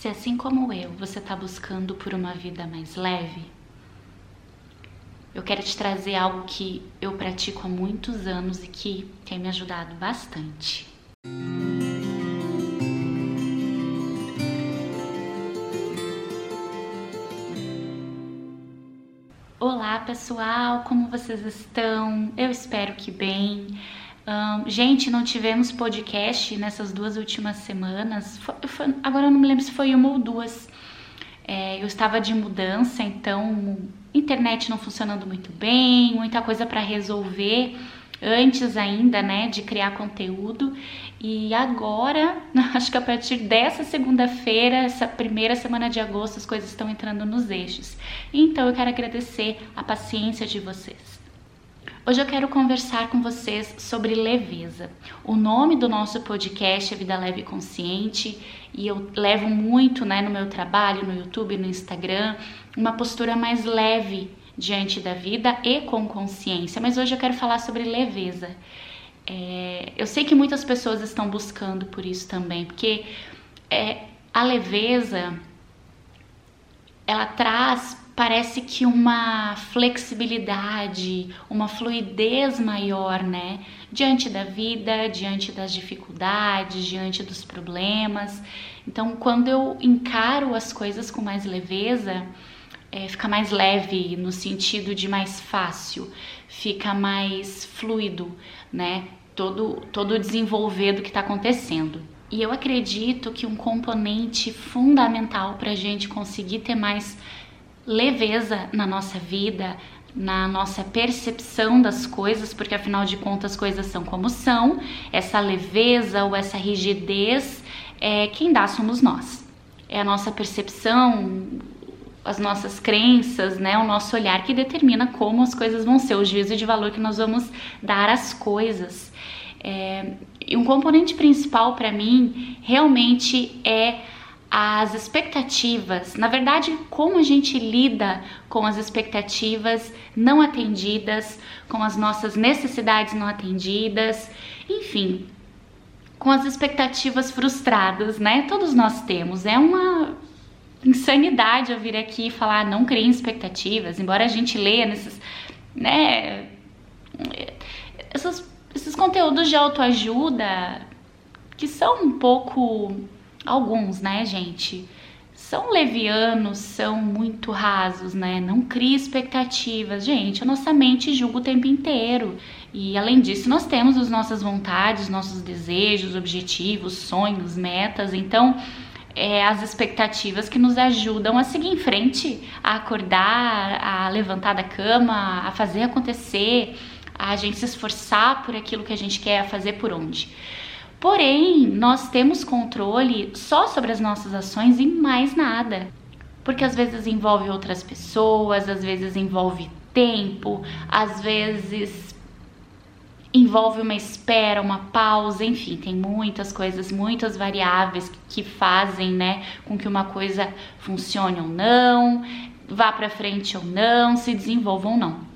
Se assim como eu, você está buscando por uma vida mais leve, eu quero te trazer algo que eu pratico há muitos anos e que tem me ajudado bastante. Olá pessoal, como vocês estão? Eu espero que bem. Gente, não tivemos podcast nessas 2 últimas semanas. Agora eu não me lembro se foi uma ou 2. Eu estava de mudança, então internet não funcionando muito bem, muita coisa para resolver antes ainda, né, de criar conteúdo. E agora, acho que a partir dessa segunda-feira, essa primeira semana de agosto, as coisas estão entrando nos eixos. Então eu quero agradecer a paciência de vocês. Hoje eu quero conversar com vocês sobre leveza. O nome do nosso podcast é Vida Leve e Consciente e eu levo muito, né, no meu trabalho, no YouTube, no Instagram, uma postura mais leve diante da vida e com consciência. Mas hoje eu quero falar sobre leveza. Eu sei que muitas pessoas estão buscando por isso também, porque a leveza, ela traz, parece que uma flexibilidade, uma fluidez maior, né? Diante da vida, diante das dificuldades, diante dos problemas. Então, quando eu encaro as coisas com mais leveza, fica mais leve no sentido de mais fácil, fica mais fluido, né? Todo o desenvolver do que está acontecendo. E eu acredito que um componente fundamental para a gente conseguir ter mais leveza na nossa vida, na nossa percepção das coisas, porque afinal de contas as coisas são como são, essa leveza ou essa rigidez, quem dá somos nós. É a nossa percepção, as nossas crenças, né, o nosso olhar que determina como as coisas vão ser, o juízo de valor que nós vamos dar às coisas. E um componente principal para mim realmente é as expectativas, na verdade, como a gente lida com as expectativas não atendidas, com as nossas necessidades não atendidas, enfim, com as expectativas frustradas, né? Todos nós temos. É uma insanidade eu vir aqui e falar não criem expectativas, embora a gente leia nesses, né, esses conteúdos de autoajuda que são um pouco, alguns, né, gente, são levianos, são muito rasos, né? Não crie expectativas. Gente, a nossa mente julga o tempo inteiro. E além disso, nós temos as nossas vontades, nossos desejos, objetivos, sonhos, metas. Então, as expectativas que nos ajudam a seguir em frente, a acordar, a levantar da cama, a fazer acontecer, a gente se esforçar por aquilo que a gente quer, a fazer por onde. Porém, nós temos controle só sobre as nossas ações e mais nada. Porque às vezes envolve outras pessoas, às vezes envolve tempo, às vezes envolve uma espera, uma pausa, enfim, tem muitas coisas, muitas variáveis que fazem, né, com que uma coisa funcione ou não, vá para frente ou não, se desenvolva ou não.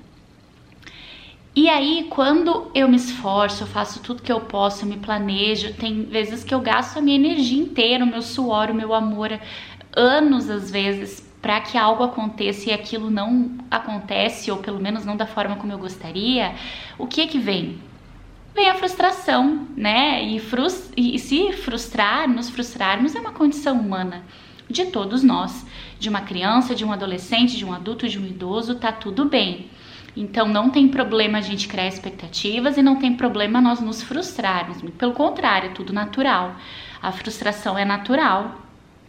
E aí, quando eu me esforço, eu faço tudo que eu posso, eu me planejo, tem vezes que eu gasto a minha energia inteira, o meu suor, o meu amor, anos às vezes, para que algo aconteça e aquilo não acontece, ou pelo menos não da forma como eu gostaria, o que que vem? Vem a frustração, né? E se frustrar, nos frustrarmos é uma condição humana de todos nós, de uma criança, de um adolescente, de um adulto, de um idoso, tá tudo bem. Então não tem problema a gente criar expectativas e não tem problema nós nos frustrarmos. Pelo contrário, é tudo natural. A frustração é natural.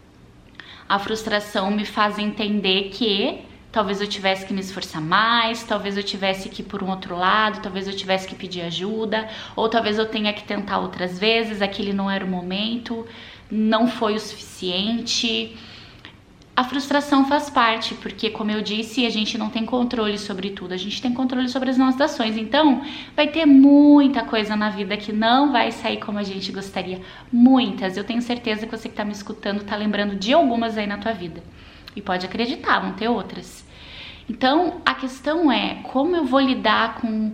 A frustração me faz entender que talvez eu tivesse que me esforçar mais, talvez eu tivesse que ir por um outro lado, talvez eu tivesse que pedir ajuda, ou talvez eu tenha que tentar outras vezes, aquele não era o momento, não foi o suficiente. A frustração faz parte, porque, como eu disse, a gente não tem controle sobre tudo, a gente tem controle sobre as nossas ações. Então, vai ter muita coisa na vida que não vai sair como a gente gostaria. Muitas. Eu tenho certeza que você que está me escutando está lembrando de algumas aí na tua vida. E pode acreditar, vão ter outras. Então, a questão é como eu vou lidar com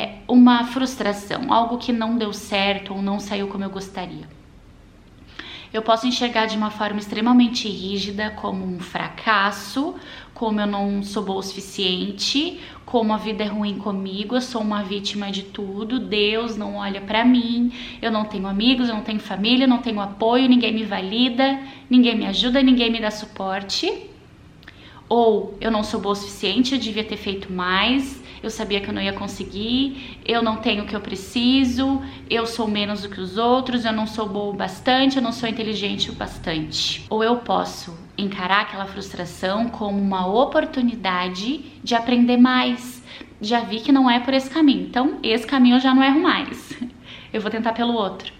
uma frustração, algo que não deu certo ou não saiu como eu gostaria. Eu posso enxergar de uma forma extremamente rígida, como um fracasso, como eu não sou boa o suficiente, como a vida é ruim comigo, eu sou uma vítima de tudo, Deus não olha pra mim, eu não tenho amigos, eu não tenho família, eu não tenho apoio, ninguém me valida, ninguém me ajuda, ninguém me dá suporte. Ou eu não sou boa o suficiente, eu devia ter feito mais, eu sabia que eu não ia conseguir, eu não tenho o que eu preciso, eu sou menos do que os outros, eu não sou boa o bastante, eu não sou inteligente o bastante. Ou eu posso encarar aquela frustração como uma oportunidade de aprender mais. Já vi que não é por esse caminho, então esse caminho eu já não erro mais. Eu vou tentar pelo outro.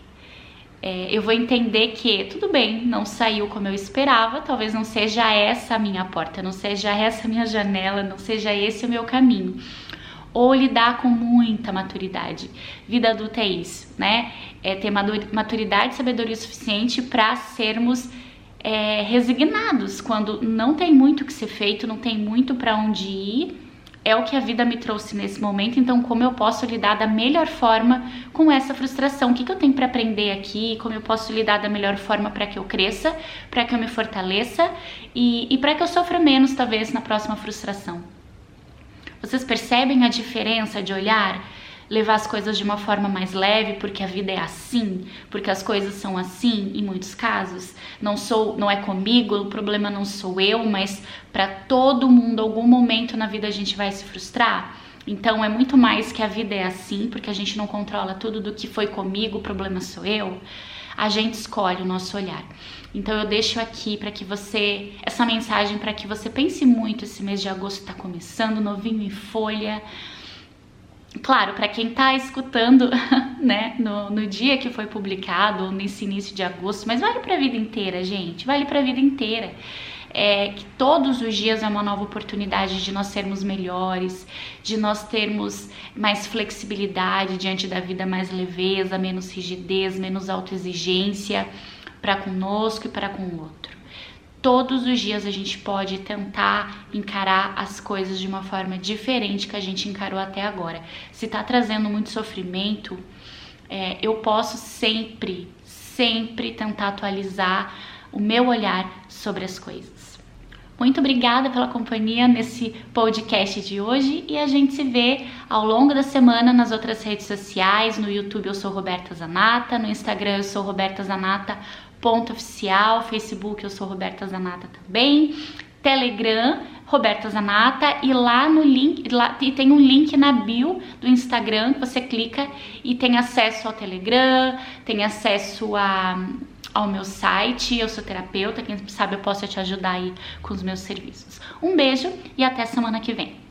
Eu vou entender que tudo bem, não saiu como eu esperava, talvez não seja essa a minha porta, não seja essa a minha janela, não seja esse o meu caminho. Ou lidar com muita maturidade. Vida adulta é isso, né? É ter maturidade e sabedoria suficiente para sermos resignados quando não tem muito o que ser feito, não tem muito para onde ir. É o que a vida me trouxe nesse momento, então como eu posso lidar da melhor forma com essa frustração? O que eu tenho para aprender aqui? Como eu posso lidar da melhor forma para que eu cresça, para que eu me fortaleça e para que eu sofra menos, talvez, na próxima frustração? Vocês percebem a diferença de olhar, levar as coisas de uma forma mais leve, porque a vida é assim, porque as coisas são assim em muitos casos? Não é comigo, o problema não sou eu, mas para todo mundo, algum momento na vida a gente vai se frustrar. Então é muito mais que a vida é assim, porque a gente não controla tudo do que foi comigo, o problema sou eu. A gente escolhe o nosso olhar. Então eu deixo aqui para que essa mensagem para que você pense muito. Esse mês de agosto está começando, novinho em folha. Claro, para quem tá escutando, né, no dia que foi publicado, ou nesse início de agosto, mas vale pra vida inteira, gente, vale pra vida inteira. Que todos os dias é uma nova oportunidade de nós sermos melhores, de nós termos mais flexibilidade diante da vida, mais leveza, menos rigidez, menos autoexigência para conosco e para com o outro. Todos os dias a gente pode tentar encarar as coisas de uma forma diferente que a gente encarou até agora. Se tá trazendo muito sofrimento, eu posso sempre tentar atualizar o meu olhar sobre as coisas. Muito obrigada pela companhia nesse podcast de hoje e a gente se vê ao longo da semana nas outras redes sociais. No YouTube eu sou Roberta Zanata, no Instagram eu sou Roberta Zanata _oficial, Facebook eu sou Roberta Zanata também, Telegram Roberta Zanata, e lá no link, tem um link na bio do Instagram que você clica e tem acesso ao Telegram, tem acesso ao meu site. Eu sou terapeuta, quem sabe eu posso te ajudar aí com os meus serviços. Um beijo e até semana que vem.